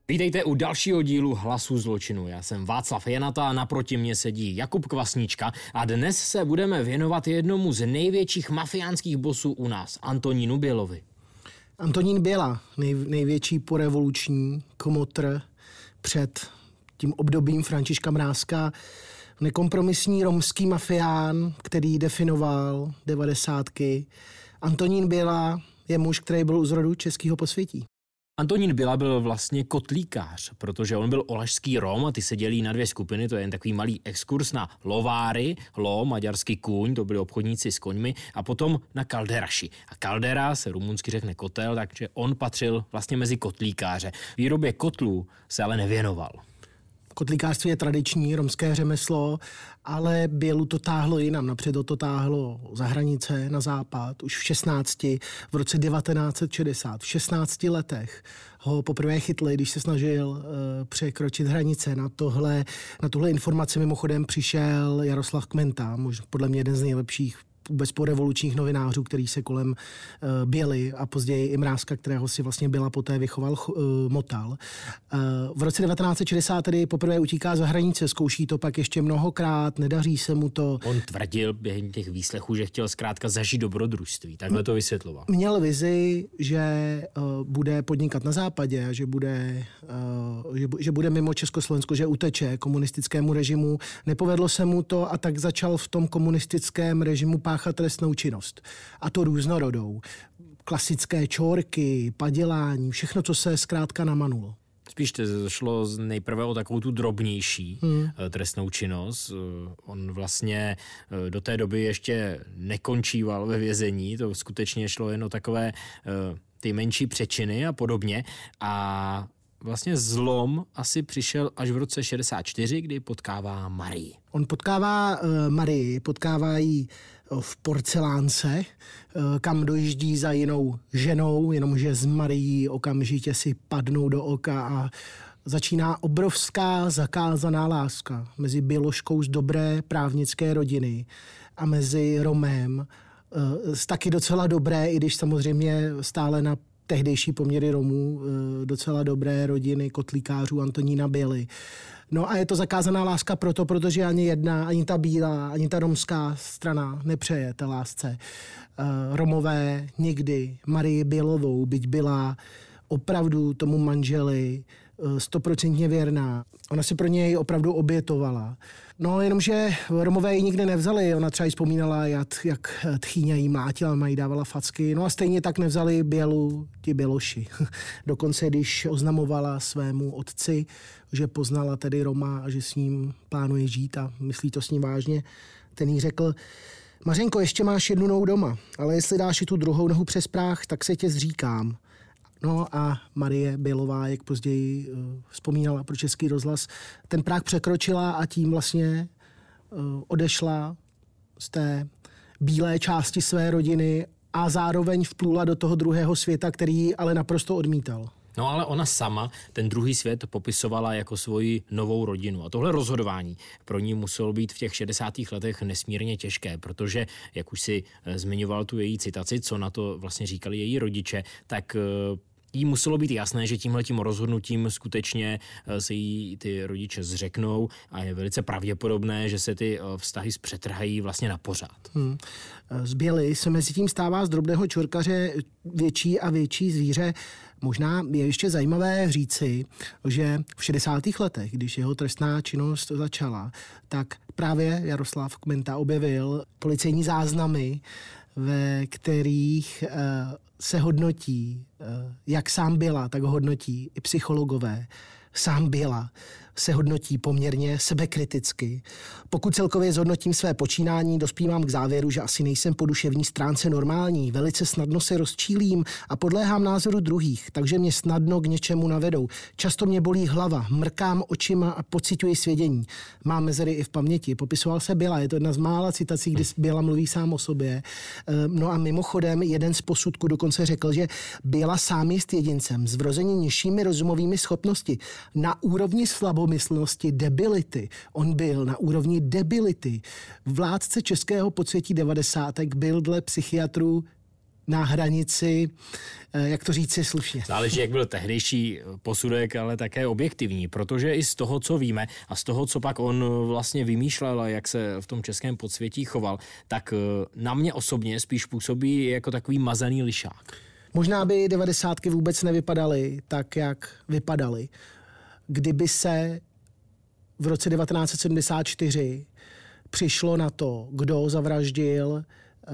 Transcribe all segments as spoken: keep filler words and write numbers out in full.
Vítejte u dalšího dílu Hlasu zločinu. Já jsem Václav Janata, naproti mě sedí Jakub Kvasnička a dnes se budeme věnovat jednomu z největších mafiánských bosů u nás, Antonínu Bělovi. Antonín Běla, nej, největší porevoluční komotr před tím obdobím Františka Mrázka, nekompromisní romský mafián, který definoval devadesátky. Antonín Běla je muž, který byl u zrodu českého posvětí. Antonín Běla byl vlastně kotlíkář, protože on byl olašský Rom a ty se dělí na dvě skupiny, to je jen takový malý exkurs na lováry, lo, maďarský kůň, to byli obchodníci s koňmi, a potom na kalderaši. A kaldera se rumunsky řekne kotel, takže on patřil vlastně mezi kotlíkáře. Výrobě kotlů se ale nevěnoval. Kotlíkářství je tradiční romské řemeslo, ale Bělu to táhlo jinam. Napřed to táhlo za hranice na západ. Už v šestnácti, v roce devatenáct set šedesát, v šestnácti letech ho poprvé chytli, když se snažil uh, překročit hranice. Na tohle, na tuhle informaci mimochodem přišel Jaroslav Kmenta, možná podle mě jeden z nejlepších vůbec po revolučních novinářů, který se kolem uh, Běly a později i Mrázka, kterého si vlastně Běla poté vychoval, uh, motal. Uh, v roce devatenáct set šedesát tedy poprvé utíká za hranice, zkouší to pak ještě mnohokrát, nedaří se mu to. On tvrdil během těch výslechů, že chtěl zkrátka zažít dobrodružství, takhle to vysvětloval. Měl vizi, že uh, bude podnikat na západě, že bude, uh, že, že bude mimo Československo, že uteče komunistickému režimu. Nepovedlo se mu to a tak začal v tom komunistickém režimu páchat trestnou činnost. A to různorodou. Klasické čórky, padělání, všechno, co se zkrátka namanulo. Spíš to šlo nejprve o takovou tu drobnější hmm. trestnou činnost. On vlastně do té doby ještě nekončíval ve vězení, to skutečně šlo jen o takové ty menší přečiny a podobně. A vlastně zlom asi přišel až v roce šedesát čtyři, kdy potkává Marii. On potkává uh, Marii, potkává ji v porcelánce, uh, kam dojíždí za jinou ženou, jenomže z Marií okamžitě si padnou do oka a začíná obrovská zakázaná láska mezi Běložkou z dobré právnické rodiny a mezi Romem uh, z taky docela dobré, i když samozřejmě stále na tehdejší poměry Romů, docela dobré rodiny kotlíkářů Antonína Běly. No a je to zakázaná láska proto, protože ani jedna, ani ta bílá, ani ta romská strana nepřeje té lásce. Romové nikdy Marii Bělovou, byť byla opravdu tomu manželi stoprocentně věrná. Ona si pro něj opravdu obětovala. No jenomže Romové ji nikdy nevzali. Ona třeba jí vzpomínala, jak, jak tchýně jí mlátila, mají dávala facky. No a stejně tak nevzali Bělu ti Běloši. Dokonce, když oznamovala svému otci, že poznala tedy Roma a že s ním plánuje žít a myslí to s ním vážně, ten jí řekl: Mařenko, ještě máš jednu nohu doma, ale jestli dáš i tu druhou nohu přes práh, tak se tě zříkám. No a Marie Bělová, jak později uh, vzpomínala pro Český rozhlas, ten práh překročila a tím vlastně uh, odešla z té bílé části své rodiny a zároveň vplula do toho druhého světa, který ale naprosto odmítal. No ale ona sama ten druhý svět popisovala jako svoji novou rodinu. A tohle rozhodování pro ní muselo být v těch šedesátých letech nesmírně těžké, protože, jak už si zmiňoval tu její citaci, co na to vlastně říkali její rodiče, tak jí muselo být jasné, že tímhletím rozhodnutím skutečně se jí ty rodiče zřeknou a je velice pravděpodobné, že se ty vztahy zpřetrhají vlastně na pořád. Hmm. Z Běly se mezi tím stává z drobného čorkaře větší a větší zvíře. Možná je ještě zajímavé říci, že v šedesátých letech, když jeho trestná činnost začala, tak právě Jaroslav Kmenta objevil policejní záznamy, ve kterých se hodnotí, jak sám Běla, tak hodnotí i psychologové. Sám Běla se hodnotí poměrně sebekriticky. Pokud celkově zhodnotím své počínání, dospívám k závěru, že asi nejsem po duševní stránce normální. Velice snadno se rozčílím a podléhám názoru druhých, takže mě snadno k něčemu navedou. Často mě bolí hlava, mrkám očima a pociťuji svědění. Mám mezery i v paměti. Popisoval se Běla, je to jedna z mála citací, kdy Běla mluví sám o sobě. No a mimochodem jeden z posudků dokonce řekl, že Běla sám jest jedincem s vrozeně nižšími rozumovými schopnosti. Na úrovni slabomyslnosti, debility. On byl na úrovni debility. Vládce českého podsvětí devadesátek byl dle psychiatrů na hranici, jak to říci slušně. Záleží, jak byl tehdejší posudek, ale také objektivní, protože i z toho, co víme a z toho, co pak on vlastně vymýšlel a jak se v tom českém podsvětí choval, tak na mě osobně spíš působí jako takový mazaný lišák. Možná by devadesátky vůbec nevypadaly tak, jak vypadaly, kdyby se v roce devatenáct set sedmdesát čtyři přišlo na to, kdo zavraždil uh,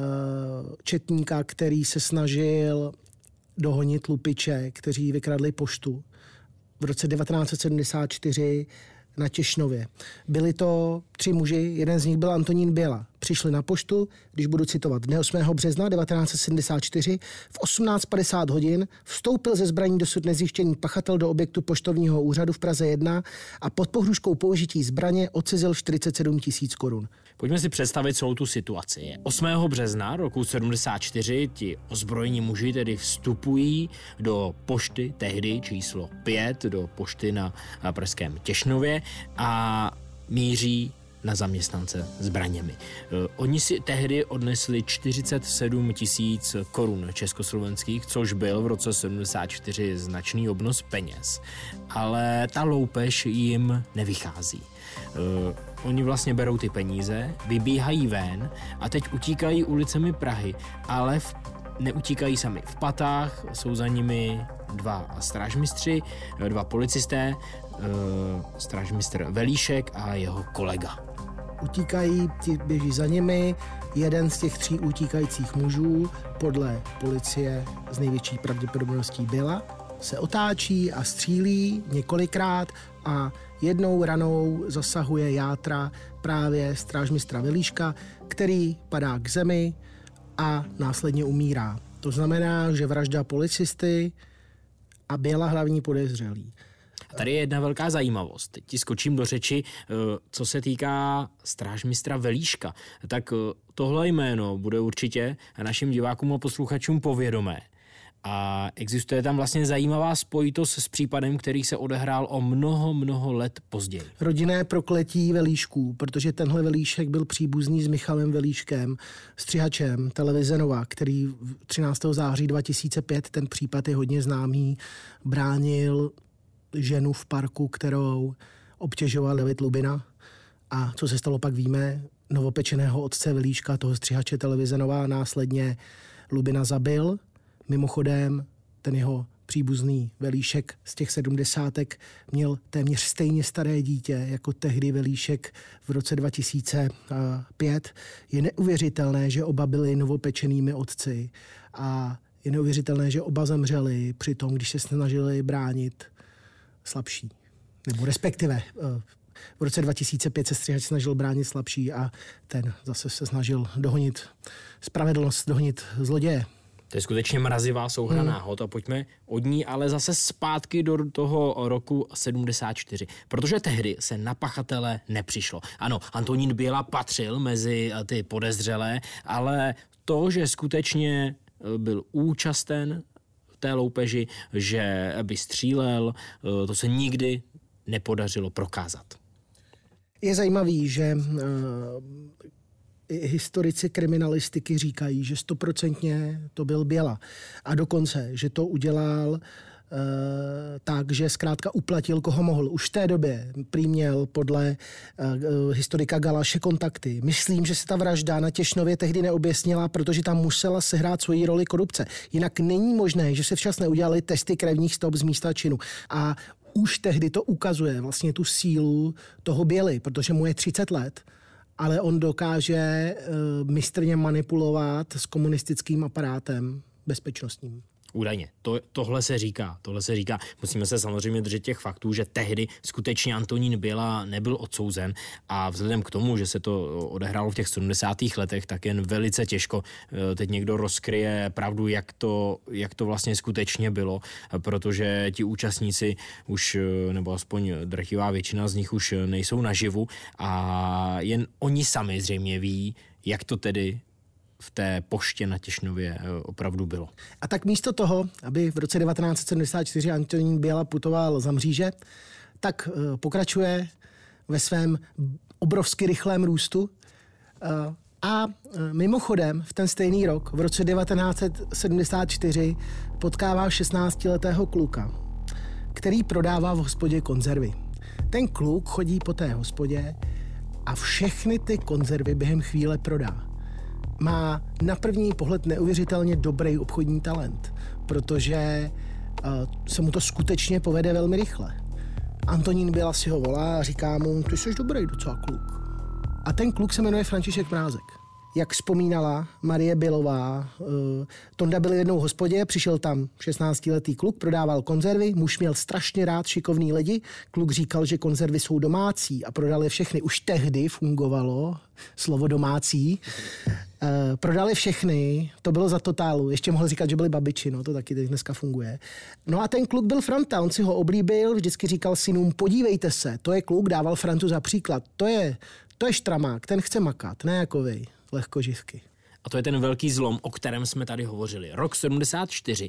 četníka, který se snažil dohonit lupiče, kteří vykradli poštu v roce devatenáct set sedmdesát čtyři na Těšnově. Byli to tři muži, jeden z nich byl Antonín Běla. Přišli na poštu, když budu citovat, dne osmého března devatenáct set sedmdesát čtyři v osmnáct padesát hodin vstoupil ze zbraní dosud nezjištěný pachatel do objektu poštovního úřadu v Praze jedna a pod pohruškou použití zbraně odcizil čtyřicet sedm tisíc korun. Pojďme si představit celou tu situaci. osmého března roku sedmdesát čtyři ti ozbrojení muži tedy vstupují do pošty, tehdy číslo pět, do pošty na pražském Těšnově a míří na zaměstnance zbraněmi. Oni si tehdy odnesli čtyřicet sedm tisíc korun československých, což byl v roce sedmdesát čtyři značný obnos peněz. Ale ta loupež jim nevychází. Uh, oni vlastně berou ty peníze, vybíhají ven a teď utíkají ulicemi Prahy, ale v, neutíkají sami. V patách jsou za nimi dva strážmistři, dva policisté, uh, strážmistr Velíšek a jeho kolega. Utíkají, ti běží za nimi, jeden z těch tří utíkajících mužů, podle policie z největší pravděpodobností Běla, se otáčí a střílí několikrát a jednou ranou zasahuje játra právě strážmistra Velíška, který padá k zemi a následně umírá. To znamená, že vražda policisty a Běla hlavní podezřelý. A tady je jedna velká zajímavost. Teď ti skočím do řeči, co se týká strážmistra Velíška. Tak tohle jméno bude určitě našim divákům a posluchačům povědomé. A existuje tam vlastně zajímavá spojitost s případem, který se odehrál o mnoho, mnoho let později. Rodinné prokletí Velíšků, protože tenhle Velíšek byl příbuzný s Michalem Velíškem, střihačem televize Nova, který třináctého září dva tisíce pět, ten případ je hodně známý, bránil ženu v parku, kterou obtěžoval David Lubina. A co se stalo, pak víme, novopečeného otce Velíška, toho střihače televize Nova, následně Lubina zabil. Mimochodem, ten jeho příbuzný Velíšek z těch sedmdesátek měl téměř stejně staré dítě, jako tehdy Velíšek v roce dva tisíce pět. Je neuvěřitelné, že oba byli novopečenými otci a je neuvěřitelné, že oba zemřeli při tom, když se snažili bránit slabší. Nebo respektive v roce dva tisíce pět se střihač snažil bránit slabší a ten zase se snažil dohonit spravedlnost, dohonit zloděje. To je skutečně mrazivá souhra hmm. náhod a pojďme od ní ale zase zpátky do toho roku sedmdesát čtyři, protože tehdy se na pachatele nepřišlo. Ano, Antonín Běla patřil mezi ty podezřelé, ale to, že skutečně byl účasten v té loupeži, že by střílel, to se nikdy nepodařilo prokázat. Je zajímavý, že historici kriminalistiky říkají, že stoprocentně to byl Běla. A dokonce, že to udělal e, tak, že zkrátka uplatil, koho mohl. Už v té době prý měl podle e, historika Galaše kontakty. Myslím, že se ta vražda na Těšnově tehdy neobjasnila, protože tam musela sehrát svoji roli korupce. Jinak není možné, že se včas neudělali testy krevních stop z místa činu. A už tehdy to ukazuje vlastně tu sílu toho Běly, protože mu je třicet let, ale on dokáže uh, mistrně manipulovat s komunistickým aparátem bezpečnostním. Údajně. To, tohle se říká, tohle se říká. Musíme se samozřejmě držet těch faktů, že tehdy skutečně Antonín Běla nebyl odsouzen a vzhledem k tomu, že se to odehrálo v těch sedmdesátých letech, tak jen velice těžko teď někdo rozkryje pravdu, jak to, jak to vlastně skutečně bylo, protože ti účastníci už, nebo aspoň drtivá většina z nich už nejsou naživu a jen oni sami zřejmě ví, jak to tedy v té poště na Těšnově opravdu bylo. A tak místo toho, aby v roce devatenáct set sedmdesát čtyři Antonín Běla putoval za mříže, tak pokračuje ve svém obrovsky rychlém růstu A mimochodem v ten stejný rok, v roce devatenáct set sedmdesát čtyři, potkává šestnáctiletého kluka, který prodává v hospodě konzervy. Ten kluk chodí po té hospodě a všechny ty konzervy během chvíle prodá. Má na první pohled neuvěřitelně dobrý obchodní talent, protože uh, se mu to skutečně povede velmi rychle. Antonín Byla si ho volá a říká mu, ty jsi dobrý docela kluk. A ten kluk se jmenuje František Mrázek. Jak vzpomínala Marie Bilová, uh, Tonda byl v jednou hospodě, přišel tam šestnáctiletý kluk, prodával konzervy, muž měl strašně rád šikovný lidi, kluk říkal, že konzervy jsou domácí a prodal je všechny. Už tehdy fungovalo slovo domácí. Uh, prodali všechny, to bylo za totálu, ještě mohl říkat, že byli babiči, no to taky dneska funguje. No a ten kluk byl Franta, on si ho oblíbil, vždycky říkal synům, podívejte se, to je kluk, dával Frantu za příklad, to je, to je štramák, ten chce makat, ne jako vy, lehkoživky. A to je ten velký zlom, o kterém jsme tady hovořili. Rok sedmdesát čtyři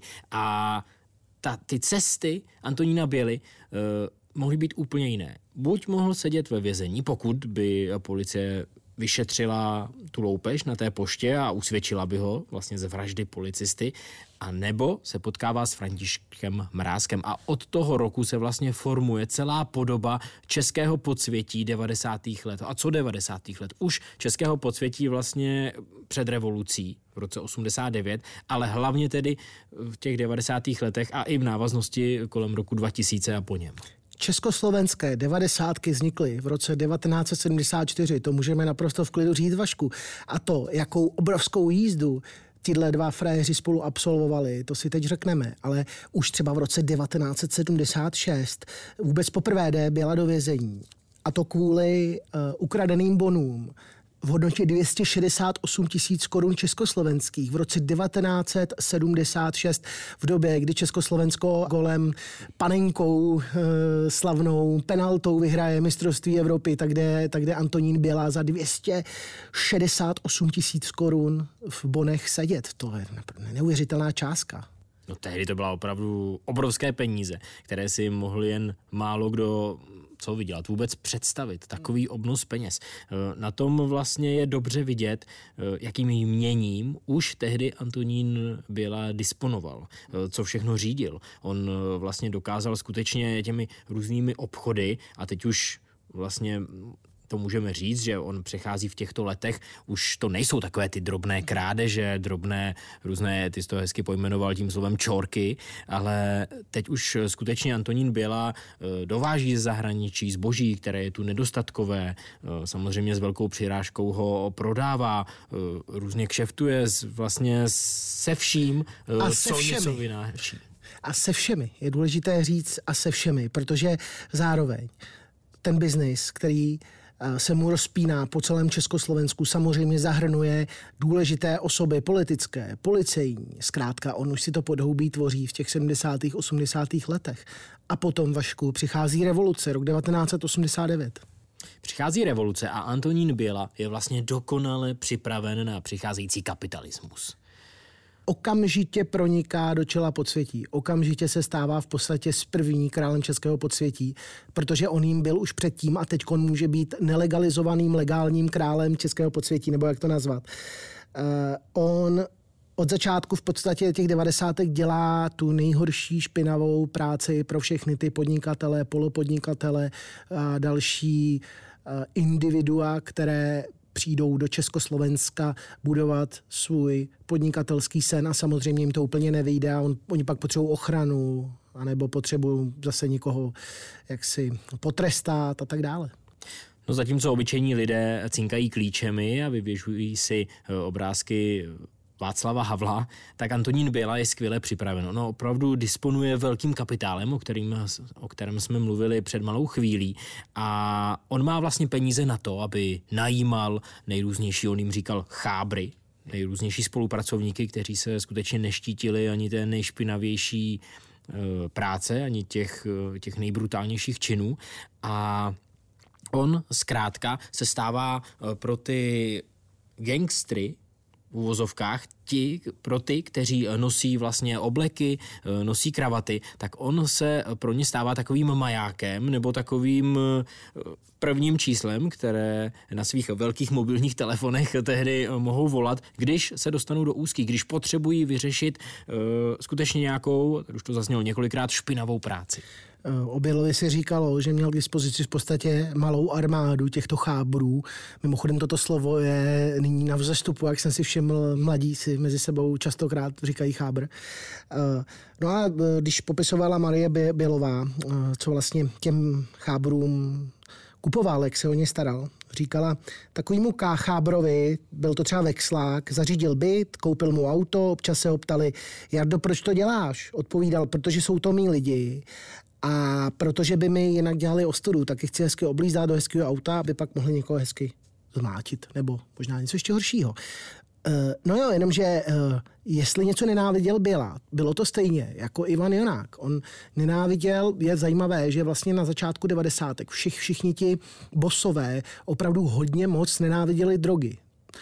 a ta, ty cesty Antonína Běly uh, mohly být úplně jiné. Buď mohl sedět ve vězení, pokud by policie vyšetřila tu loupež na té poště a usvědčila by ho vlastně ze vraždy policisty, a nebo se potkává s Františkem Mrázkem. A od toho roku se vlastně formuje celá podoba českého podsvětí devadesátých let. A co devadesátých let? Už českého podsvětí vlastně před revolucí v roce osmdesát devět, ale hlavně tedy v těch devadesátých letech a i v návaznosti kolem roku dva tisíce a po něm. Československé devadesátky vznikly v roce devatenáct set sedmdesát čtyři, to můžeme naprosto v klidu říct, Vašku. A to, jakou obrovskou jízdu tyhle dva frajeři spolu absolvovali, to si teď řekneme, ale už třeba v roce devatenáct set sedmdesát šest vůbec poprvé jde Byla do vězení. A to kvůli uh, ukradeným bonům v hodnotě dvě stě šedesát osm tisíc korun československých v roce devatenáct set sedmdesát šest, v době, kdy Československo golem panenkou e, slavnou penaltou vyhraje mistrovství Evropy, tak jde, tak jde Antonín Běla za dvě stě šedesát osm tisíc korun v bonech sedět. To je neuvěřitelná částka. No tehdy to byla opravdu obrovské peníze, které si mohl jen málo kdo co vydělat, vůbec představit takový obnos peněz. Na tom vlastně je dobře vidět, jakým jměním už tehdy Antonín Byla disponoval, co všechno řídil. On vlastně dokázal skutečně těmi různými obchody a teď už vlastně to můžeme říct, že on přechází v těchto letech, už to nejsou takové ty drobné krádeže, drobné různé, ty jsi to hezky pojmenoval tím slovem čorky, ale teď už skutečně Antonín Byla dováží ze zahraničí zboží, které je tu nedostatkové, samozřejmě s velkou přirážkou ho prodává, různě kšeftuje vlastně se vším, a se co všemi. něco vynáší. A se všemi. Je důležité říct a se všemi, protože zároveň ten biznis, který se mu rozpíná po celém Československu, samozřejmě zahrnuje důležité osoby politické, policejní. Zkrátka, on už si to podhoubí tvoří v těch sedmdesátých osmdesátých letech. A potom, Vašku, přichází revoluce, rok devatenáct set osmdesát devět. Přichází revoluce a Antonín Byla je vlastně dokonale připraven na přicházející kapitalismus. Okamžitě proniká do čela podsvětí. Okamžitě se stává v podstatě s první králem českého podsvětí, protože on jim byl už předtím a teď on může být nelegalizovaným legálním králem českého podsvětí, nebo jak to nazvat. Uh, on od začátku v podstatě těch devadesátek dělá tu nejhorší špinavou práci pro všechny ty podnikatele, polopodnikatele a další uh, individua, které přijdou do Československa budovat svůj podnikatelský sen a samozřejmě jim to úplně nevyjde a on, oni pak potřebují ochranu anebo potřebují zase někoho jaksi potrestat a tak dále. No zatímco obyčejní lidé cinkají klíčemi a vyvěžují si obrázky Václava Havla, tak Antonín Byla je skvěle připraven. No opravdu disponuje velkým kapitálem, o, kterým, o kterém jsme mluvili před malou chvílí a on má vlastně peníze na to, aby najímal nejrůznější, on jim říkal chábry, nejrůznější spolupracovníky, kteří se skutečně neštítili ani té nejšpinavější e, práce, ani těch, těch nejbrutálnějších činů a on zkrátka se stává pro ty gangstry v uvozovkách ti, pro ty, kteří nosí vlastně obleky, nosí kravaty, tak on se pro ně stává takovým majákem nebo takovým prvním číslem, které na svých velkých mobilních telefonech tehdy mohou volat, když se dostanou do úzkých, když potřebují vyřešit uh, skutečně nějakou, už to zaznělo několikrát, špinavou práci. O Bělovi se říkalo, že měl k dispozici v podstatě malou armádu těchto chábrů. Mimochodem toto slovo je nyní na vzestupu, jak jsem si všiml, mladí si mezi sebou častokrát říkají chábr. No a když popisovala Marie Bělová, co vlastně těm chábrům kupoval, jak se o ně staral, říkala, takovýmu chábrovi, byl to třeba vexlák, zařídil byt, koupil mu auto, občas se ho ptali, Jardo, proč to děláš? Odpovídal, protože jsou to mý lidi. A protože by mi jinak dělali ostudu, tak je chci hezky oblízat do hezkého auta, aby pak mohli někoho hezky zmátit, nebo možná něco ještě horšího. Uh, no jo, jenomže uh, jestli něco nenáviděl byla, bylo to stejně jako Ivan Jonák. On nenáviděl, je zajímavé, že vlastně na začátku devadesátek všich, všichni ti bosové opravdu hodně moc nenáviděli drogy.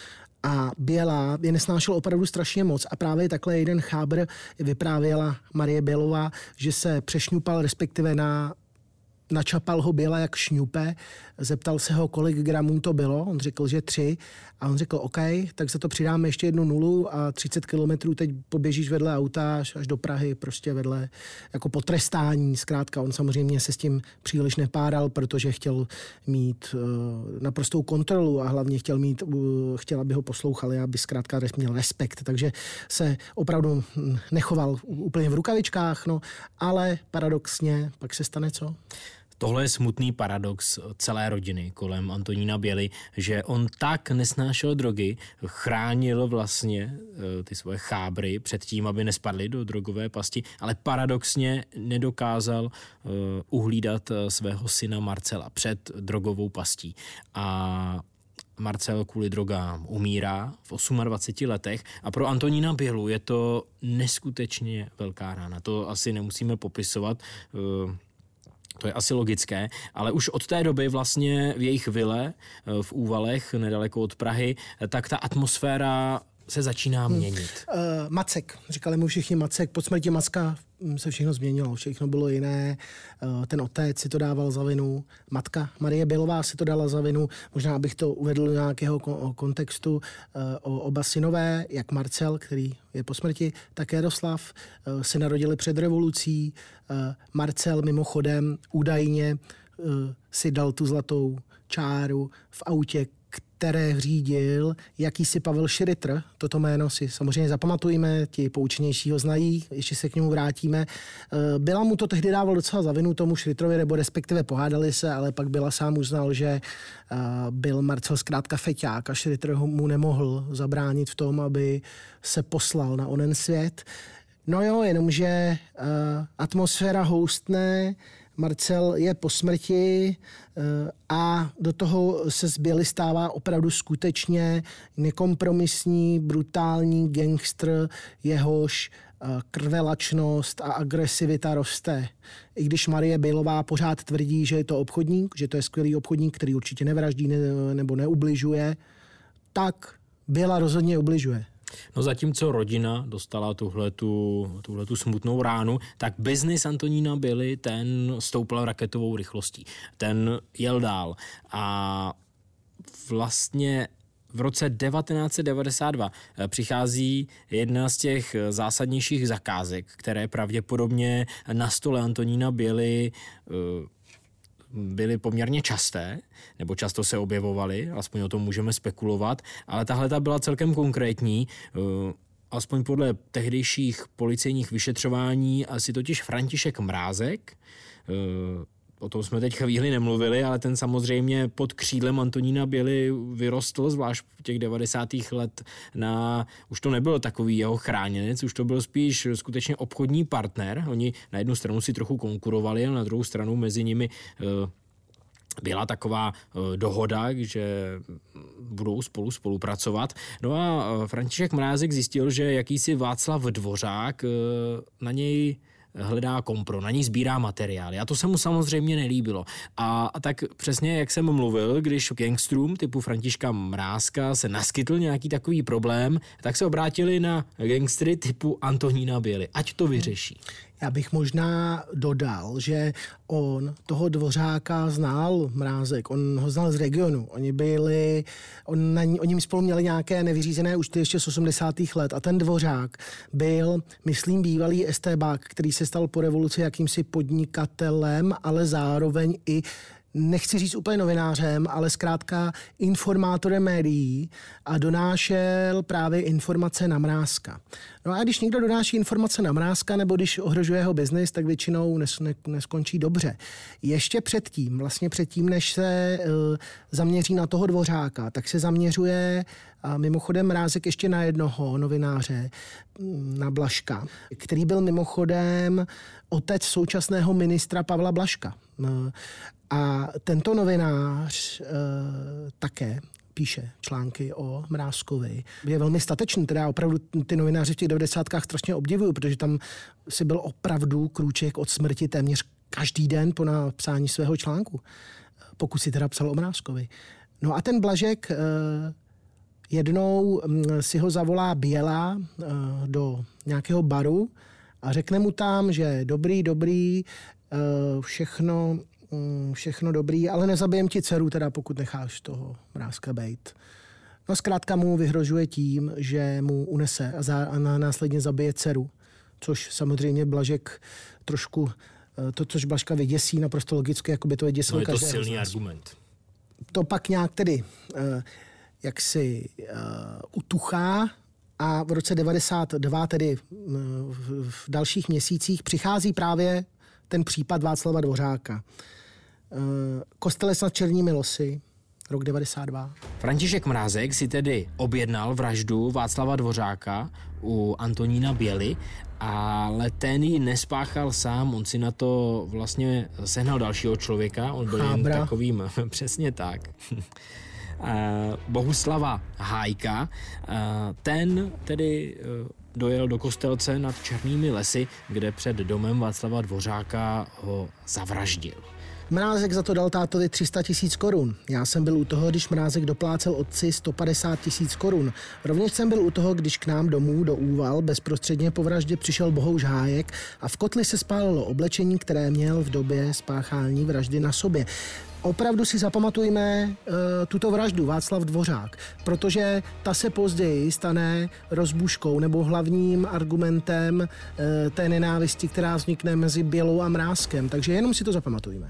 A Bělá je nesnášel opravdu strašně moc a právě takhle jeden chábr vyprávěla Marie Bělová, že se přešňupal, respektive na načapal ho Běla jak šňupe, zeptal se ho, kolik gramů to bylo, on řekl, že tři a on řekl, OK, tak za to přidáme ještě jednu nulu a třicet kilometrů teď poběžíš vedle auta až, až do Prahy, prostě vedle jako potrestání, zkrátka on samozřejmě se s tím příliš nepádal, protože chtěl mít uh, naprostou kontrolu a hlavně chtěl mít, uh, chtěl, aby ho poslouchali, aby zkrátka měl respekt, takže se opravdu nechoval úplně v rukavičkách, no, ale paradoxně pak se stane co? Tohle je smutný paradox celé rodiny kolem Antonína Běly, že on tak nesnášel drogy, chránil vlastně ty svoje chábry před tím, aby nespadli do drogové pasti, ale paradoxně nedokázal uhlídat svého syna Marcela před drogovou pastí. A Marcel kvůli drogám umírá v dvaceti osmi letech a pro Antonína Bělu je to neskutečně velká rána. To asi nemusíme popisovat, to je asi logické, ale už od té doby vlastně v jejich vile v Úvalech, nedaleko od Prahy, tak ta atmosféra se začíná měnit. Hmm. Uh, Macek, říkali mu všichni Macek, po smrti Macka se všechno změnilo, všechno bylo jiné, uh, ten otec si to dával za vinu, matka Marie Bělová si to dala za vinu, možná abych to uvedl do nějakého kontextu, uh, oba synové, jak Marcel, který je po smrti, tak Jaroslav, uh, se narodili před revolucí, uh, Marcel mimochodem údajně uh, si dal tu zlatou čáru v autě, které řídil jakýsi Pavel Schritter. Toto jméno si samozřejmě zapamatujeme, ti poučnější ho znají, ještě se k němu vrátíme. Byla mu to tehdy dával docela za vinu tomu Schritterovi, nebo respektive pohádali se, ale pak Byla sám uznal, že byl Marcel zkrátka feťák a Schritter mu nemohl zabránit v tom, aby se poslal na onen svět. No jo, jenomže atmosféra houstne, Marcel je po smrti a do toho se z Běly stává opravdu skutečně nekompromisní, brutální gangster, jehož krvelačnost a agresivita roste. I když Marie Bělová pořád tvrdí, že je to obchodník, že to je skvělý obchodník, který určitě nevraždí nebo neubližuje, tak Běla rozhodně ubližuje. No zatímco rodina dostala tuhletu, tuhletu smutnou ránu, tak biznis Antonína Běly, ten stoupal raketovou rychlostí. Ten jel dál a vlastně v roce devatenáct set devadesát dva přichází jedna z těch zásadnějších zakázek, které pravděpodobně na stole Antonína Běly byly poměrně časté, nebo často se objevovaly, aspoň o tom můžeme spekulovat, ale tahle ta byla celkem konkrétní, aspoň podle tehdejších policejních vyšetřování, asi totiž František Mrázek, o tom jsme teď chvíli nemluvili, ale ten samozřejmě pod křídlem Antonína Běly vyrostl, zvlášť v těch devadesátých let na, už to nebyl takový jeho chráněnec, už to byl spíš skutečně obchodní partner. Oni na jednu stranu si trochu konkurovali a na druhou stranu mezi nimi byla taková dohoda, že budou spolu spolupracovat. No a František Mrázek zjistil, že jakýsi Václav Dvořák na něj hledá kompro, na ní sbírá materiály. A to se mu samozřejmě nelíbilo. A, a tak přesně, jak jsem mluvil, když gangstrům typu Františka Mrázka se naskytl nějaký takový problém, tak se obrátili na gangstry typu Antonína Běly. Ať to vyřeší. Já bych možná dodal, že on toho Dvořáka znal, Mrázek, on ho znal z regionu. Oni byli, on na, oni spolu měli nějaké nevyřízené účty ještě z osmdesátých let a ten Dvořák byl, myslím, bývalý estébák, který se stal po revoluci jakýmsi podnikatelem, ale zároveň i nechci říct úplně novinářem, ale zkrátka informátorem médií a donášel právě informace na Mrázka. No a když někdo donáší informace na Mrázka nebo když ohrožuje jeho biznis, tak většinou nes, ne, neskončí dobře. Ještě předtím, vlastně předtím, než se uh, zaměří na toho Dvořáka, tak se zaměřuje a mimochodem Mrázek ještě na jednoho novináře, na Blažka, který byl mimochodem otec současného ministra Pavla Blažka. A tento novinář uh, také píše články o Mrázkovi. Je velmi statečný, teda opravdu ty novináři v těch devadesátkách strašně obdivuju, protože tam si byl opravdu krůček od smrti téměř každý den po napsání svého článku, pokud si teda psal o Mrázkovi. No a ten Blažek uh, jednou si ho zavolá Běla uh, do nějakého baru a řekne mu tam, že dobrý, dobrý, uh, všechno všechno dobrý, ale nezabijem ti dceru, teda pokud necháš toho Mrázka bejt. No zkrátka mu vyhrožuje tím, že mu unese a, za, a následně zabije dceru, což samozřejmě Blažek trošku, to, což Blažka vyděsí naprosto logicky, jako by to vyděsilo každého. No je to silný z argument. To pak nějak tedy uh, jaksi uh, utuchá a v roce devadesát dva, tedy uh, v, v dalších měsících, přichází právě ten případ Václava Dvořáka. Kostelec nad Černými losy, rok devadesát dva. František Mrázek si tedy objednal vraždu Václava Dvořáka u Antonína Běly, ale ten ji nespáchal sám, on si na to vlastně sehnal dalšího člověka, on byl Chábra. jen takovým, přesně tak. Bohuslava Hájka, ten tedy dojel do Kostelce nad Černými lesy, kde před domem Václava Dvořáka ho zavraždil. Mrázek za to dal tátovi tři sta tisíc korun. Já jsem byl u toho, když Mrázek doplácel otci sto padesát tisíc korun. Rovněž jsem byl u toho, když k nám domů do Úval bezprostředně po vraždě přišel Bohouš Hájek a v kotli se spálilo oblečení, které měl v době spáchání vraždy na sobě. Opravdu si zapamatujme uh, tuto vraždu Václav Dvořák, protože ta se později stane rozbuškou nebo hlavním argumentem uh, té nenávisti, která vznikne mezi Bělou a Mrázkem. Takže jenom si to zapamatujme.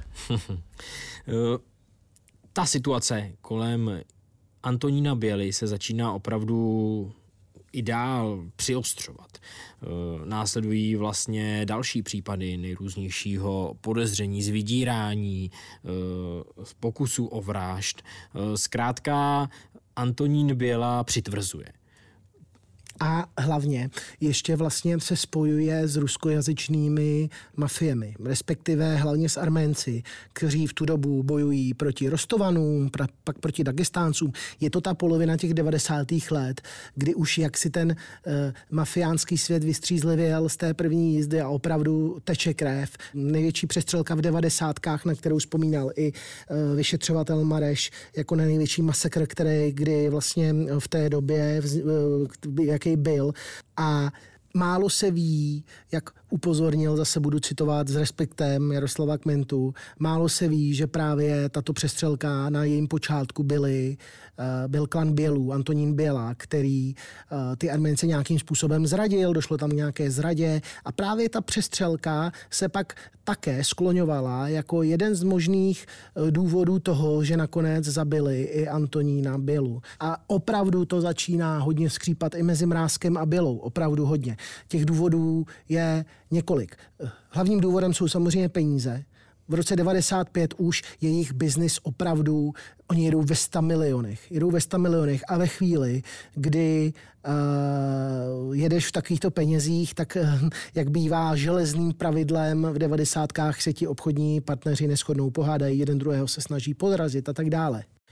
Ta situace kolem Antonína Běly se začíná opravdu i dál přiostřovat. Následují vlastně další případy nejrůznějšího podezření z vydírání, z pokusů o vražd. Zkrátka Antonín Běla přitvrzuje. A hlavně ještě vlastně se spojuje s ruskojazyčnými mafiemi, respektive hlavně s Arménci, kteří v tu dobu bojují proti Rostovanům, pra, pak proti Dagestáncům. Je to ta polovina těch devadesátých let, kdy už jaksi ten uh, mafiánský svět vystřízlivěl z té první jízdy a opravdu teče krev. Největší přestřelka v devadesátkách, na kterou vzpomínal i uh, vyšetřovatel Mareš, jako na největší masakr, který kdy vlastně v té době vz, uh, jaký byl. A málo se ví, jak upozornil, zase budu citovat s respektem Jaroslava Kmentu, málo se ví, že právě tato přestřelka na jejím počátku byly, uh, byl klan Bělů, Antonín Běla, který uh, ty Arménce nějakým způsobem zradil, došlo tam nějaké zradě a právě ta přestřelka se pak také skloňovala jako jeden z možných uh, důvodů toho, že nakonec zabili i Antonína Bělu. A opravdu to začíná hodně skřípat i mezi Mrázkem a Bělou, opravdu hodně. Těch důvodů je několik. Hlavním důvodem jsou samozřejmě peníze. V roce devadesát pět už jejich biznis opravdu, oni jedou ve sta milionech. Jedou ve sta milionech a ve chvíli, kdy uh, jedeš v takovýchto penězích, tak uh, jak bývá železným pravidlem v devadesátkách se ti obchodní partneři neshodnou, pohádají, jeden druhého se snaží podrazit a tak dále.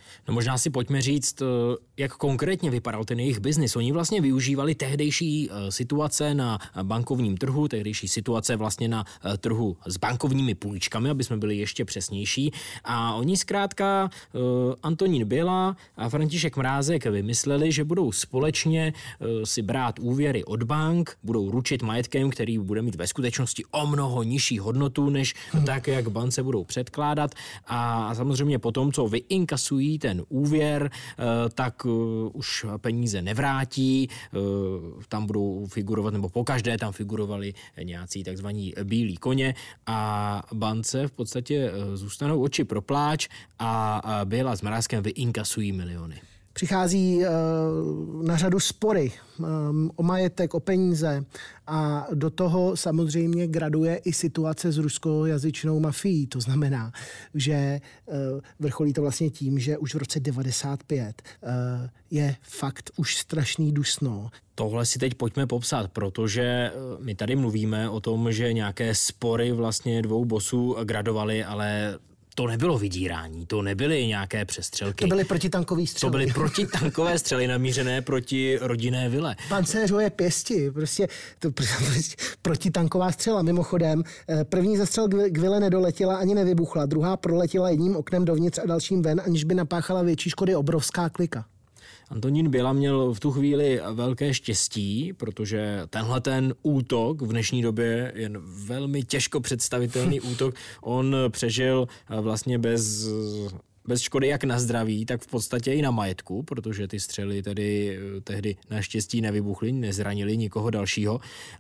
No možná si pojďme říct, jak konkrétně vypadal ten jejich biznis. Oni vlastně využívali tehdejší situace na bankovním trhu, tehdejší situace vlastně na trhu s bankovními půjčkami, aby jsme byli ještě přesnější. A oni zkrátka, Antonín Běla a František Mrázek vymysleli, že budou společně si brát úvěry od bank, budou ručit majetkem, který bude mít ve skutečnosti o mnoho nižší hodnotu, než hmm. tak, jak bance budou předkládat. A samozřejmě potom, co vyinkasují ten úvěr, tak už peníze nevrátí, tam budou figurovat, nebo pokaždé tam figurovali nějací takzvaní bílí koně a bance v podstatě zůstanou oči pro pláč a Běla s Mrázkem vyinkasují miliony. Přichází na řadu spory o majetek, o peníze a do toho samozřejmě graduje i situace s ruskojazyčnou mafií. To znamená, že vrcholí to vlastně tím, že už v roce devadesát pět je fakt už strašný dusno. Tohle si teď pojďme popsat, protože my tady mluvíme o tom, že nějaké spory vlastně dvou bosů gradovaly, ale to nebylo vydírání, to nebyly nějaké přestřelky. To byly protitankové střely. To byly protitankové střely namířené proti rodinné vile. Pancéřové pěsti, prostě, to, prostě protitanková střela. Mimochodem, první zastřel k vile nedoletěla ani nevybuchla, druhá proletěla jedním oknem dovnitř a dalším ven, aniž by napáchala větší škody, obrovská klika. Antonín Běla měl v tu chvíli velké štěstí, protože tenhle ten útok v dnešní době je velmi těžko představitelný útok. On přežil vlastně bez, bez škody jak na zdraví, tak v podstatě i na majetku, protože ty střely tedy tehdy naštěstí nevybuchly, nezranili nikoho dalšího,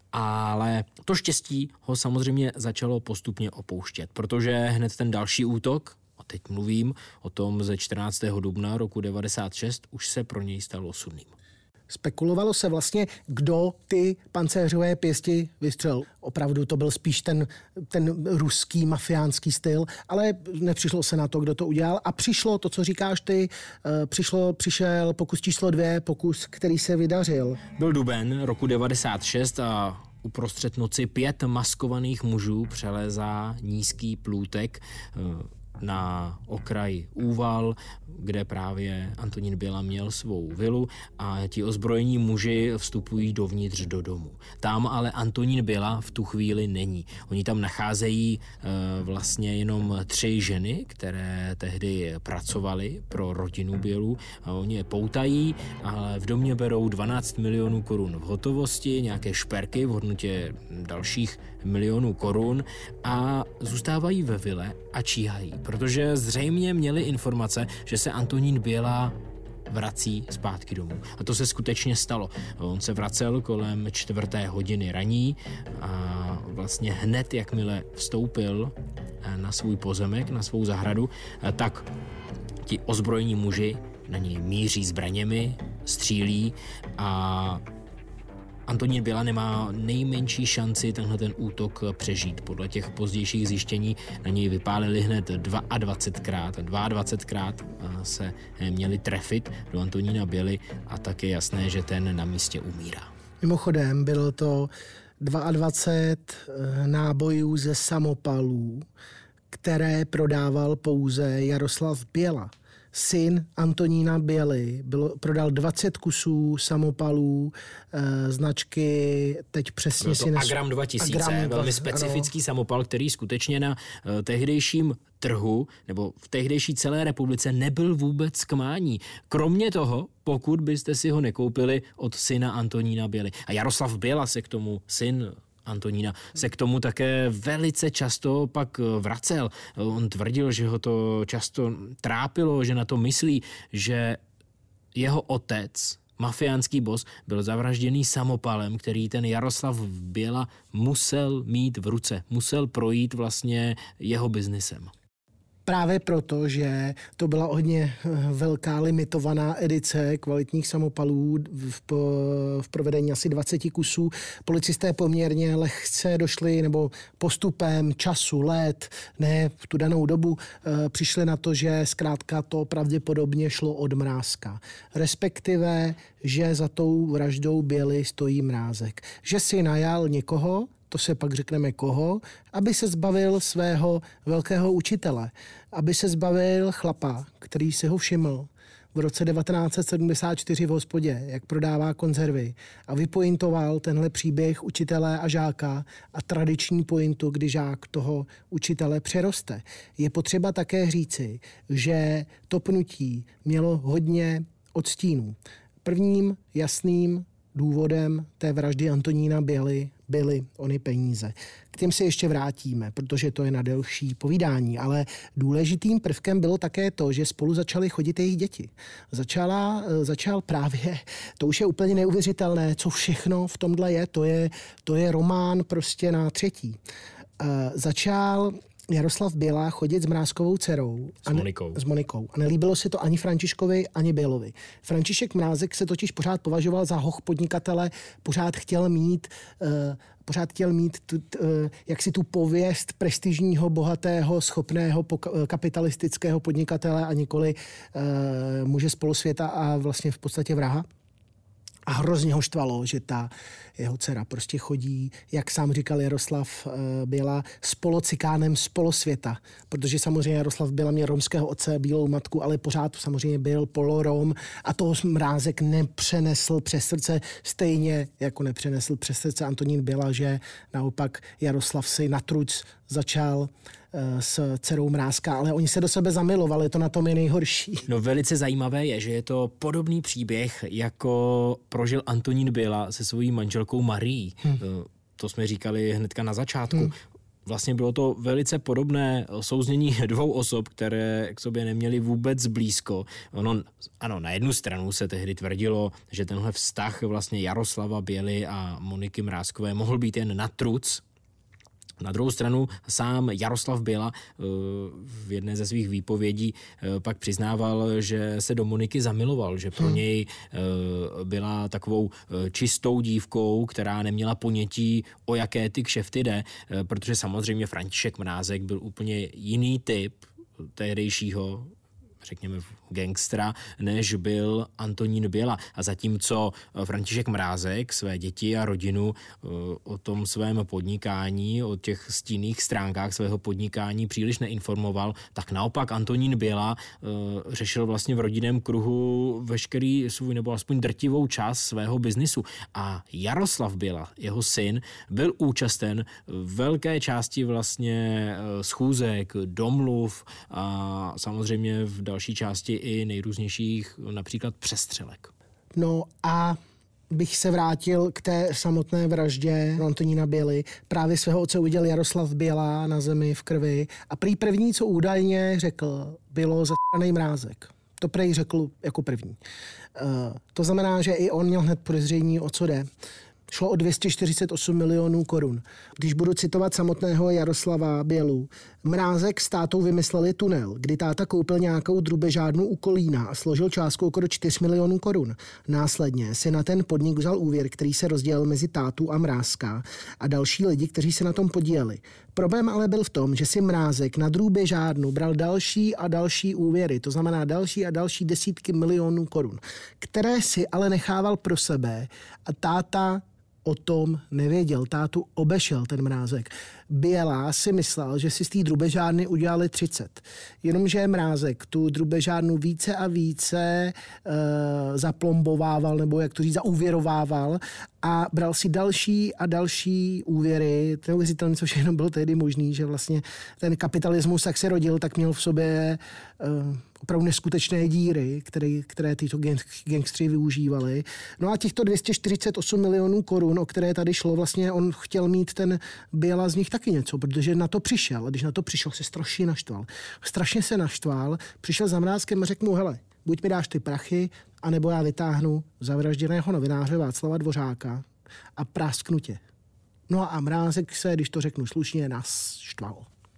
ale to štěstí ho samozřejmě začalo postupně opouštět, protože hned ten další útok, a teď mluvím o tom ze čtrnáctého dubna roku devadesát šest, už se pro něj stal osudným. Spekulovalo se vlastně, kdo ty pancéřové pěsti vystřelil. Opravdu to byl spíš ten, ten ruský mafiánský styl, ale nepřišlo se na to, kdo to udělal. A přišlo to, co říkáš ty, přišlo, přišel pokus číslo dvě, pokus, který se vydařil. Byl duben roku devadesát šest a uprostřed noci pět maskovaných mužů přelézá nízký plůtek na okraji Úval, kde právě Antonín Běla měl svou vilu a ti ozbrojení muži vstupují dovnitř do domu. Tam ale Antonín Běla v tu chvíli není. Oni tam nacházejí e, vlastně jenom tři ženy, které tehdy pracovaly pro rodinu Bělu a oni je poutají, ale v domě berou dvanáct milionů korun v hotovosti, nějaké šperky v hodnotě dalších milionů korun a zůstávají ve vile a číhají, protože zřejmě měli informace, že se Antonín Běla vrací zpátky domů. A to se skutečně stalo. On se vracel kolem čtvrté hodiny raní a vlastně hned, jakmile vstoupil na svůj pozemek, na svou zahradu, tak ti ozbrojení muži na něj míří zbraněmi, střílí a Antonín Běla nemá nejmenší šanci tenhle ten útok přežít. Podle těch pozdějších zjištění na něj vypálili hned dvacetkrát. dvacetkrát se měli trefit do Antonína Běly a tak je jasné, že ten na místě umírá. Mimochodem bylo to dvacet dva nábojů ze samopalů, které prodával pouze Jaroslav Běla. Syn Antonína Běly bylo, prodal dvacet kusů samopalů e, značky, teď přesně si nesu... Agram dva tisíce, Agram, velmi specifický ano. samopal, který skutečně na e, tehdejším trhu nebo v tehdejší celé republice nebyl vůbec k mání. Kromě toho, pokud byste si ho nekoupili od syna Antonína Běly. A Jaroslav Běla se k tomu, syn Antonína, se k tomu také velice často pak vracel. On tvrdil, že ho to často trápilo, že na to myslí, že jeho otec, mafiánský boss, byl zavražděný samopalem, který ten Jaroslav Běla musel mít v ruce. Musel projít vlastně jeho biznisem. Právě proto, že to byla hodně velká limitovaná edice kvalitních samopalů v, v provedení asi dvacet kusů. Policisté poměrně lehce došli, nebo postupem času, let, ne v tu danou dobu, přišli na to, že zkrátka to pravděpodobně šlo od Mrázka. Respektive, že za tou vraždou Běly stojí Mrázek. Že si najal někoho, to se pak řekneme koho, aby se zbavil svého velkého učitele, aby se zbavil chlapa, který si ho všiml v roce devatenáct set sedmdesát čtyři v hospodě, jak prodává konzervy, a vypointoval tenhle příběh učitele a žáka a tradiční pointu, kdy žák toho učitele přeroste. Je potřeba také říci, že to pnutí mělo hodně odstínů. Prvním jasným důvodem té vraždy Antonína Běly byly ony peníze. K těm se ještě vrátíme, protože to je na delší povídání, ale důležitým prvkem bylo také to, že spolu začaly chodit jejich děti. Začala, začal právě, to už je úplně neuvěřitelné, co všechno v tomhle je, to je, to je román prostě na třetí. Začal Jaroslav Běla chodit s Mrázkovou dcerou. S Monikou. A, s Monikou. A nelíbilo se to ani Františkovi, ani Bělovi. František Mrázek se totiž pořád považoval za hoch podnikatele, pořád chtěl mít, uh, pořád chtěl mít tu, uh, jaksi tu pověst prestižního, bohatého, schopného poka- kapitalistického podnikatele a nikoli uh, muže z polosvěta a vlastně v podstatě vraha. A hrozně ho štvalo, že ta jeho dcera prostě chodí, jak sám říkal Jaroslav Běla, s polocikánem z polosvěta. Protože samozřejmě Jaroslav Běla měl romského otce, bílou matku, ale pořád samozřejmě byl polorom a toho Mrázek nepřenesl přes srdce, stejně jako nepřenesl přes srdce Antonín Běla, že naopak Jaroslav si na truc začal s dcerou Mrázka, ale oni se do sebe zamilovali, to na tom je nejhorší. No velice zajímavé je, že je to podobný příběh, jako prožil Antonín Běla se svojí manželkou Marií. Hmm. To jsme říkali hnedka na začátku. Hmm. Vlastně bylo to velice podobné souznění dvou osob, které k sobě neměly vůbec blízko. Ono, ano, na jednu stranu se tehdy tvrdilo, že tenhle vztah vlastně Jaroslava Běly a Moniky Mrázkové mohl být jen na truc. Na druhou stranu sám Jaroslav Běla v jedné ze svých výpovědí pak přiznával, že se do Moniky zamiloval, že pro něj byla takovou čistou dívkou, která neměla ponětí, o jaké ty kšefty jde, protože samozřejmě František Mrázek byl úplně jiný typ tehdejšího, řekněme, gangstra, než byl Antonín Běla. A zatímco František Mrázek své děti a rodinu o tom svém podnikání, o těch stínných stránkách svého podnikání příliš neinformoval, tak naopak Antonín Běla řešil vlastně v rodinném kruhu veškerý svůj, nebo aspoň drtivou část svého biznisu. A Jaroslav Běla, jeho syn, byl účasten velké části vlastně schůzek, domluv a samozřejmě v další části i nejrůznějších například přestřelek. No a bych se vrátil k té samotné vraždě Antonína Běly. Právě svého otce udělal Jaroslav Běla na zemi v krvi a prý první, co údajně řekl, bylo zastranej Mrázek. To prej řekl jako první. Uh, to znamená, že i on měl hned podezření, o co jde. Šlo o dvě stě čtyřicet osm milionů korun. Když budu citovat samotného Jaroslava Bělu, Mrázek s tátou vymysleli tunel, kdy táta koupil nějakou drubežárnu u Kolína a složil částku okolo čtyři miliony korun. Následně si na ten podnik vzal úvěr, který se rozdělil mezi tátu a Mrázka a další lidi, kteří se na tom podíleli. Problém ale byl v tom, že si Mrázek na drubežárnu bral další a další úvěry, to znamená další a další desítky milionů korun, které si ale nechával pro sebe a táta o tom nevěděl. Tátu obešel ten Mrázek. Běla si myslel, že si z té drubežárny udělali třicet. Jenomže Mrázek tu drubežárnu více a více e, zaplombovával, nebo jak to říct, zaúvěrovával a bral si další a další úvěry. Neuvěřitelné, co všechno bylo tehdy možný, že vlastně ten kapitalismus, jak se rodil, tak měl v sobě e, opravdu neskutečné díry, které, které tyto gangstři využívali. No a těchto dvě stě čtyřicet osm milionů korun, o které tady šlo, vlastně on chtěl mít ten Běla z nich taky něco, protože na to přišel. A když na to přišel, se strašně naštval. Strašně se naštval, přišel za Mrázkem a řekl mu, hele, buď mi dáš ty prachy, anebo já vytáhnu zavražděného novináře Václava Dvořáka a prásknu tě. No a Mrázek se, když to řeknu slušně, naštval.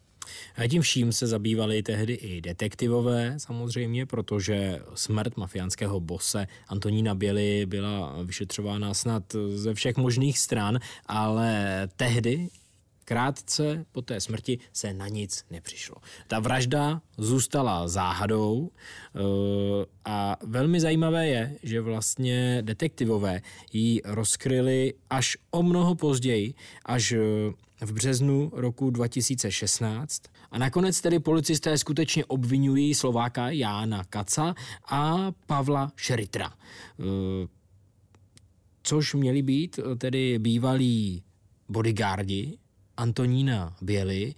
A tím vším se zabývali tehdy i detektivové samozřejmě, protože smrt mafiánského bose Antonína Běly byla vyšetřována snad ze všech možných stran, ale tehdy krátce po té smrti se na nic nepřišlo. Ta vražda zůstala záhadou a velmi zajímavé je, že vlastně detektivové ji rozkryli až o mnoho později, až v březnu roku dva tisíce šestnáct. A nakonec tedy policisté skutečně obvinují Slováka Jána Kaca a Pavla Šritra, což měli být tedy bývalí bodyguardi Antonína Běly.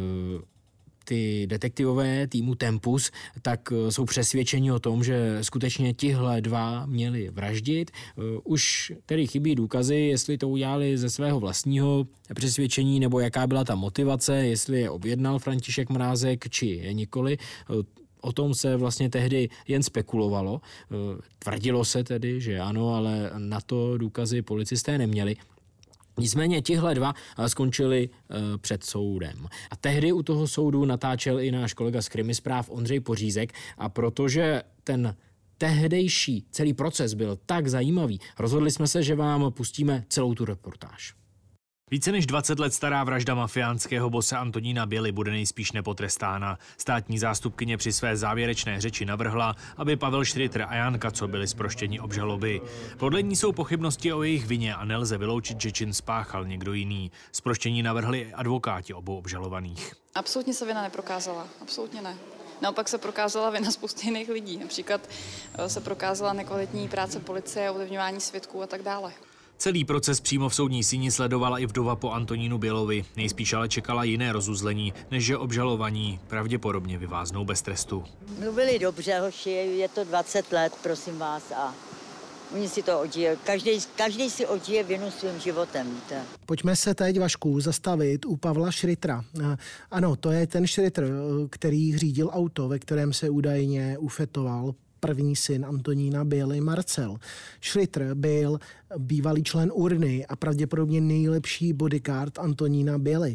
Ty detektivové týmu Tempus tak jsou přesvědčeni o tom, že skutečně tihle dva měli vraždit. Už tedy chybí důkazy, jestli to udělali ze svého vlastního přesvědčení, nebo jaká byla ta motivace, jestli je objednal František Mrázek, či nikoli. O tom se vlastně tehdy jen spekulovalo. Tvrdilo se tedy, že ano, ale na to důkazy policisté neměli. Nicméně tihle dva skončili e, před soudem. A tehdy u toho soudu natáčel i náš kolega z Krimispráv Ondřej Pořízek, a protože ten tehdejší celý proces byl tak zajímavý, rozhodli jsme se, že vám pustíme celou tu reportáž. Více než dvacet let stará vražda mafiánského bose Antonína Běly bude nejspíš nepotrestána. Státní zástupkyně při své závěrečné řeči navrhla, aby Pavel Šritr a Jan Kaco byli zproštěni obžaloby. Podle ní jsou pochybnosti o jejich vině a nelze vyloučit, že čin spáchal někdo jiný. Zproštění navrhli advokáti obou obžalovaných. Absolutně se vina neprokázala. Absolutně ne. Naopak se prokázala vina spousty jiných lidí. Například se prokázala nekvalitní práce policie, ovlivňování svědků a tak dále. Celý proces přímo v soudní síni sledovala i vdova po Antonínu Bělovi. Nejspíš ale čekala jiné rozuzlení, než že obžalovaní pravděpodobně vyváznou bez trestu. Mluvili dobře, hoši, je to dvacet let, prosím vás, a oni si to odžije. Každý, každý si odžije vinu svým životem, víte. Pojďme se teď, Vašku, zastavit u Pavla Šritra. Ano, to je ten Šritr, který řídil auto, ve kterém se údajně ufetoval první syn Antonína Běly, Marcel. Šritr byl bývalý člen Urny a pravděpodobně nejlepší bodyguard Antonína Běly.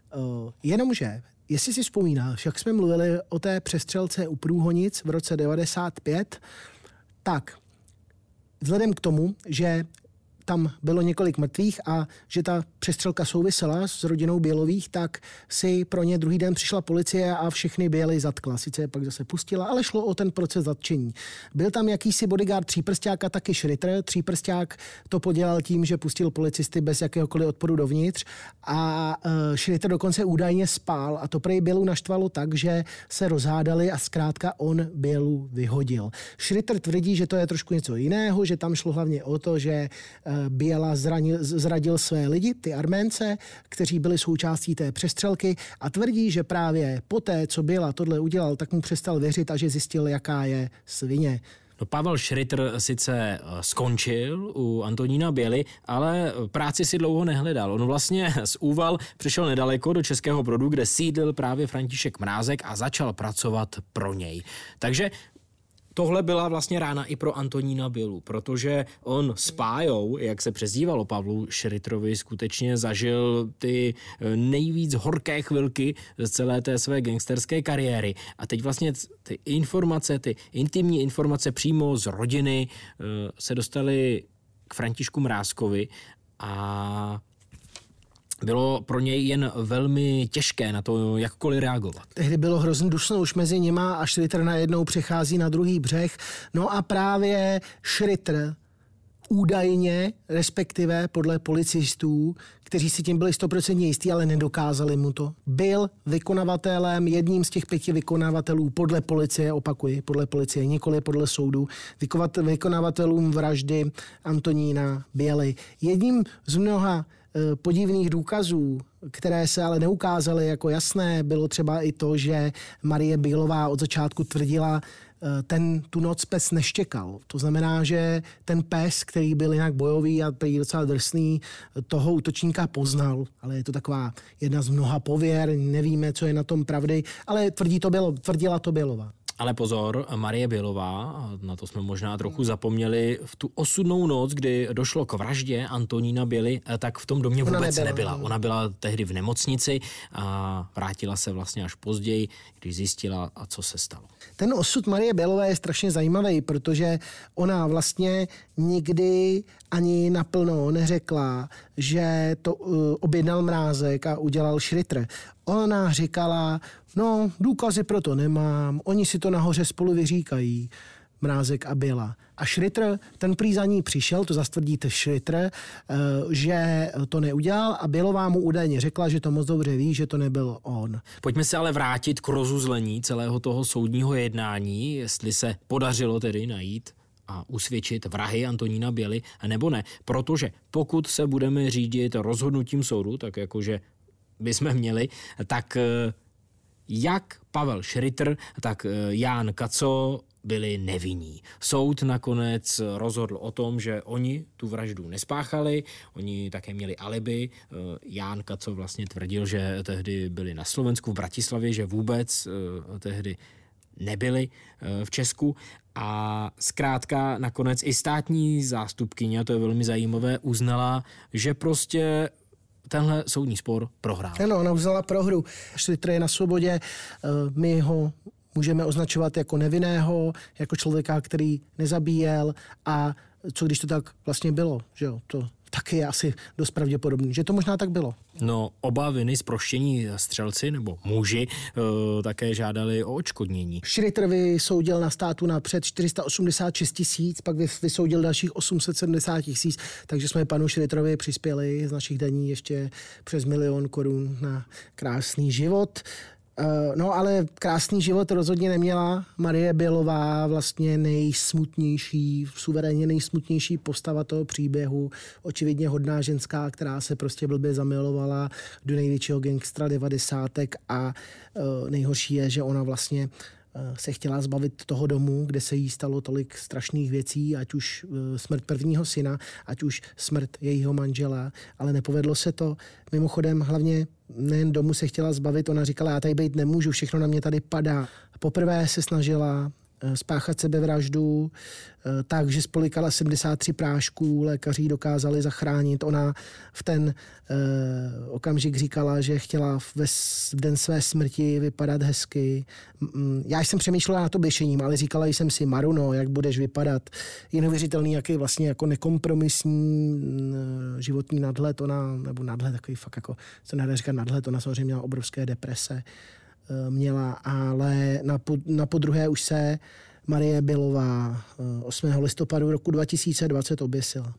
Jenomže, jestli si vzpomínáš, jak jsme mluvili o té přestřelce u Průhonic v roce devadesát pět, tak vzhledem k tomu, že tam bylo několik mrtvých a že ta přestřelka souvisela s rodinou Bělových, tak si pro ně druhý den přišla policie a všechny Běly zatkla. Sice je pak zase pustila, ale šlo o ten proces zatčení. Byl tam jakýsi bodyguard Tříprsťák a taky Šritr. Tříprsťák to podělal tím, že pustil policisty bez jakéhokoliv odporu dovnitř a uh, Šritr dokonce údajně spál a to prej Bělu naštvalo tak, že se rozhádali a zkrátka on Bělu vyhodil. Šritr tvrdí, že to je trošku něco jiného, že tam šlo hlavně o to, že uh, Běla zranil, zradil své lidi, ty Arménce, kteří byli součástí té přestřelky a tvrdí, že právě poté, co Běla tohle udělal, tak mu přestal věřit a že zjistil, jaká je svině. No, Pavel Šritr sice skončil u Antonína Běly, ale práci si dlouho nehledal. On vlastně z Úval přišel nedaleko do Českého Brodu, kde sídlil právě František Mrázek a začal pracovat pro něj. Takže tohle byla vlastně rána i pro Antonína Bělu, protože on s Pájou, jak se přezdívalo Pavlu Šritrovi, skutečně zažil ty nejvíc horké chvilky z celé té své gangsterské kariéry. A teď vlastně ty informace, ty intimní informace přímo z rodiny se dostaly k Františku Mrázkovi a bylo pro něj jen velmi těžké na to jakkoliv reagovat. Tehdy bylo hrozně dusno už mezi nima a Šritr najednou přechází na druhý břeh. No a právě Šritr údajně, respektive podle policistů, kteří si tím byli stoprocentně jistí, ale nedokázali mu to, byl vykonavatelem, jedním z těch pěti vykonavatelů podle policie, opakuji, podle policie, nikoli podle soudu, vykonavatelům vraždy Antonína Běly. Jedním z mnoha podivných důkazů, které se ale neukázaly jako jasné, bylo třeba i to, že Marie Bělová od začátku tvrdila, ten tu noc pes neštěkal. To znamená, že ten pes, který byl jinak bojový a prý docela drsný, toho útočníka poznal. Ale je to taková jedna z mnoha pověr, nevíme, co je na tom pravdy, ale tvrdí to bylo, tvrdila to Bělová. Ale pozor, Marie Bělová, na to jsme možná trochu zapomněli, v tu osudnou noc, kdy došlo k vraždě Antonína Běly, tak v tom domě vůbec nebyla. nebyla. Ona byla tehdy v nemocnici a vrátila se vlastně až později, když zjistila, a co se stalo. Ten osud Marie Bělové je strašně zajímavý, protože ona vlastně nikdy ani naplno neřekla, že to uh, objednal Mrázek a udělal Šritr. Ona říkala, no důkazy pro to nemám, oni si to nahoře spolu vyříkají, Mrázek a Běla. A Šritr, ten prý za ní přišel, to zastvrdíte Šritr, že to neudělal a Bělová mu údajně řekla, že to moc dobře ví, že to nebyl on. Pojďme se ale vrátit k rozuzlení celého toho soudního jednání, jestli se podařilo tedy najít a usvědčit vrahy Antonína Běly, nebo ne. Protože pokud se budeme řídit rozhodnutím soudu, tak jakože bychom měli, tak jak Pavel Šritr, tak Ján Kaco byli nevinní. Soud nakonec rozhodl o tom, že oni tu vraždu nespáchali, oni také měli alibi. Ján Kaco vlastně tvrdil, že tehdy byli na Slovensku, v Bratislavě, že vůbec tehdy nebyli v Česku. A zkrátka nakonec i státní zástupkyně, a to je velmi zajímavé, uznala, že prostě tenhle soudní spor prohrál. Ano, ona uznala prohru. Šritr je na svobodě, my ho můžeme označovat jako nevinného, jako člověka, který nezabíjel a co když to tak vlastně bylo, že jo, to taky je asi dost pravděpodobný, že to možná tak bylo. No, oba viny z proštění střelci nebo muži e, také žádali o odškodnění. Šritr vysoudil na státu na před čtyři sta osmdesát šest tisíc, pak vysoudil dalších osm set sedmdesát tisíc, takže jsme panu Šritrovi přispěli z našich daní ještě přes milion korun na krásný život. No ale krásný život rozhodně neměla Marie Bělová, vlastně nejsmutnější, suverénně nejsmutnější postava toho příběhu, očividně hodná ženská, která se prostě blbě zamilovala do největšího gangstra devadesátek a nejhorší je, že ona vlastně se chtěla zbavit toho domu, kde se jí stalo tolik strašných věcí, ať už smrt prvního syna, ať už smrt jejího manžela, ale nepovedlo se to. Mimochodem hlavně nejen domu se chtěla zbavit, ona říkala, já tady být nemůžu, všechno na mě tady padá. Poprvé se snažila spáchat sebevraždu, takže spolikala sedmdesát tři prášků, lékaři dokázali zachránit. Ona v ten eh, okamžik říkala, že chtěla v den své smrti vypadat hezky. Já jsem přemýšlela na to běšením, ale říkala jsem si, Maruno, jak budeš vypadat. Je neuvěřitelný, jaký vlastně jako nekompromisní životní nadhled, ona, nebo nadhled, takový fakt jako, se nedá říkat nadhled, ona samozřejmě měla obrovské deprese. Měla, ale na, po, na podruhé už se Marie Bělová osmého listopadu roku dva tisíce dvacet oběsila.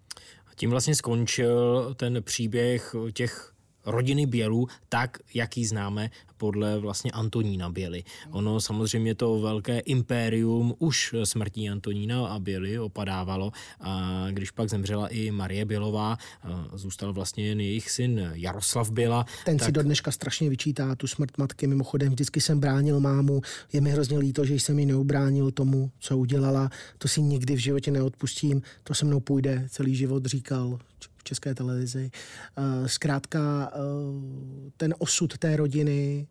A tím vlastně skončil ten příběh těch rodiny Bělů, tak, jak ji známe podle vlastně Antonína Běly. Ono samozřejmě to velké impérium už smrtí Antonína a Běly opadávalo a když pak zemřela i Marie Bělová, zůstal vlastně jen jejich syn Jaroslav Běla. Ten tak... si do dneška strašně vyčítá tu smrt matky. Mimochodem, vždycky jsem bránil mámu. Je mi hrozně líto, že jsem ji neubránil tomu, co udělala. To si nikdy v životě neodpustím. To se mnou půjde celý život, říkal v České televizi. Zkrátka ten osud té rodiny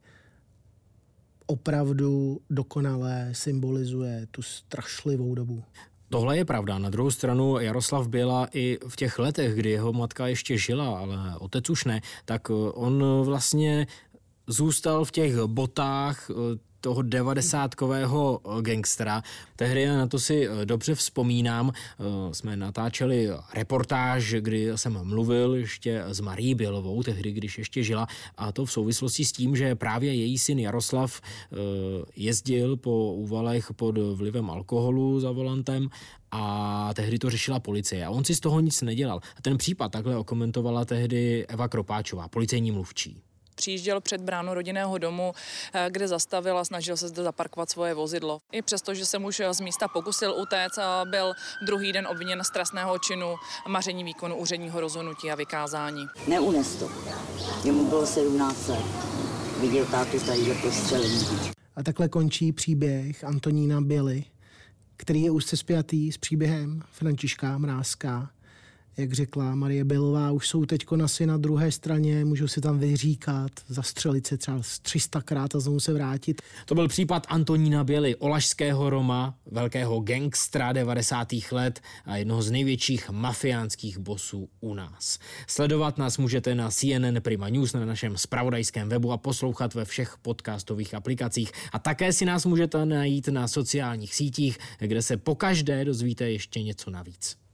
opravdu dokonale symbolizuje tu strašlivou dobu. Tohle je pravda. Na druhou stranu Jaroslav Běla i v těch letech, kdy jeho matka ještě žila, ale otec už ne, tak on vlastně zůstal v těch botách toho devadesátkového gangstra. Tehdy na to si dobře vzpomínám. Jsme natáčeli reportáž, kdy jsem mluvil ještě s Marií Bělovou, tehdy, když ještě žila, a to v souvislosti s tím, že právě její syn Jaroslav jezdil po úvalech pod vlivem alkoholu za volantem a tehdy to řešila policie a on si z toho nic nedělal. A ten případ takhle okomentovala tehdy Eva Kropáčová, policejní mluvčí. Přijížděl před bránu rodinného domu, kde zastavil a snažil se zde zaparkovat svoje vozidlo. I přesto, že se muž z místa pokusil utéct, byl druhý den obviněn z trestného činu maření výkonu úředního rozhodnutí a vykázání. Neunes to. Jemu bylo sedmnáct let. Viděl tátu tady postřelení. A takhle končí příběh Antonína Běly, který je úzce spjatý s příběhem Františka Mrázka. jak řekla Marie Belová, už jsou teďko asi na druhé straně, můžou si tam vyříkat, zastřelit se třeba tři sta krát a znovu se vrátit. To byl případ Antonína Běly, olašského Roma, velkého gangstra devadesátých let a jednoho z největších mafiánských bosů u nás. Sledovat nás můžete na C N N Prima News, na našem zpravodajském webu a poslouchat ve všech podcastových aplikacích. A také si nás můžete najít na sociálních sítích, kde se pokaždé dozvíte ještě něco navíc.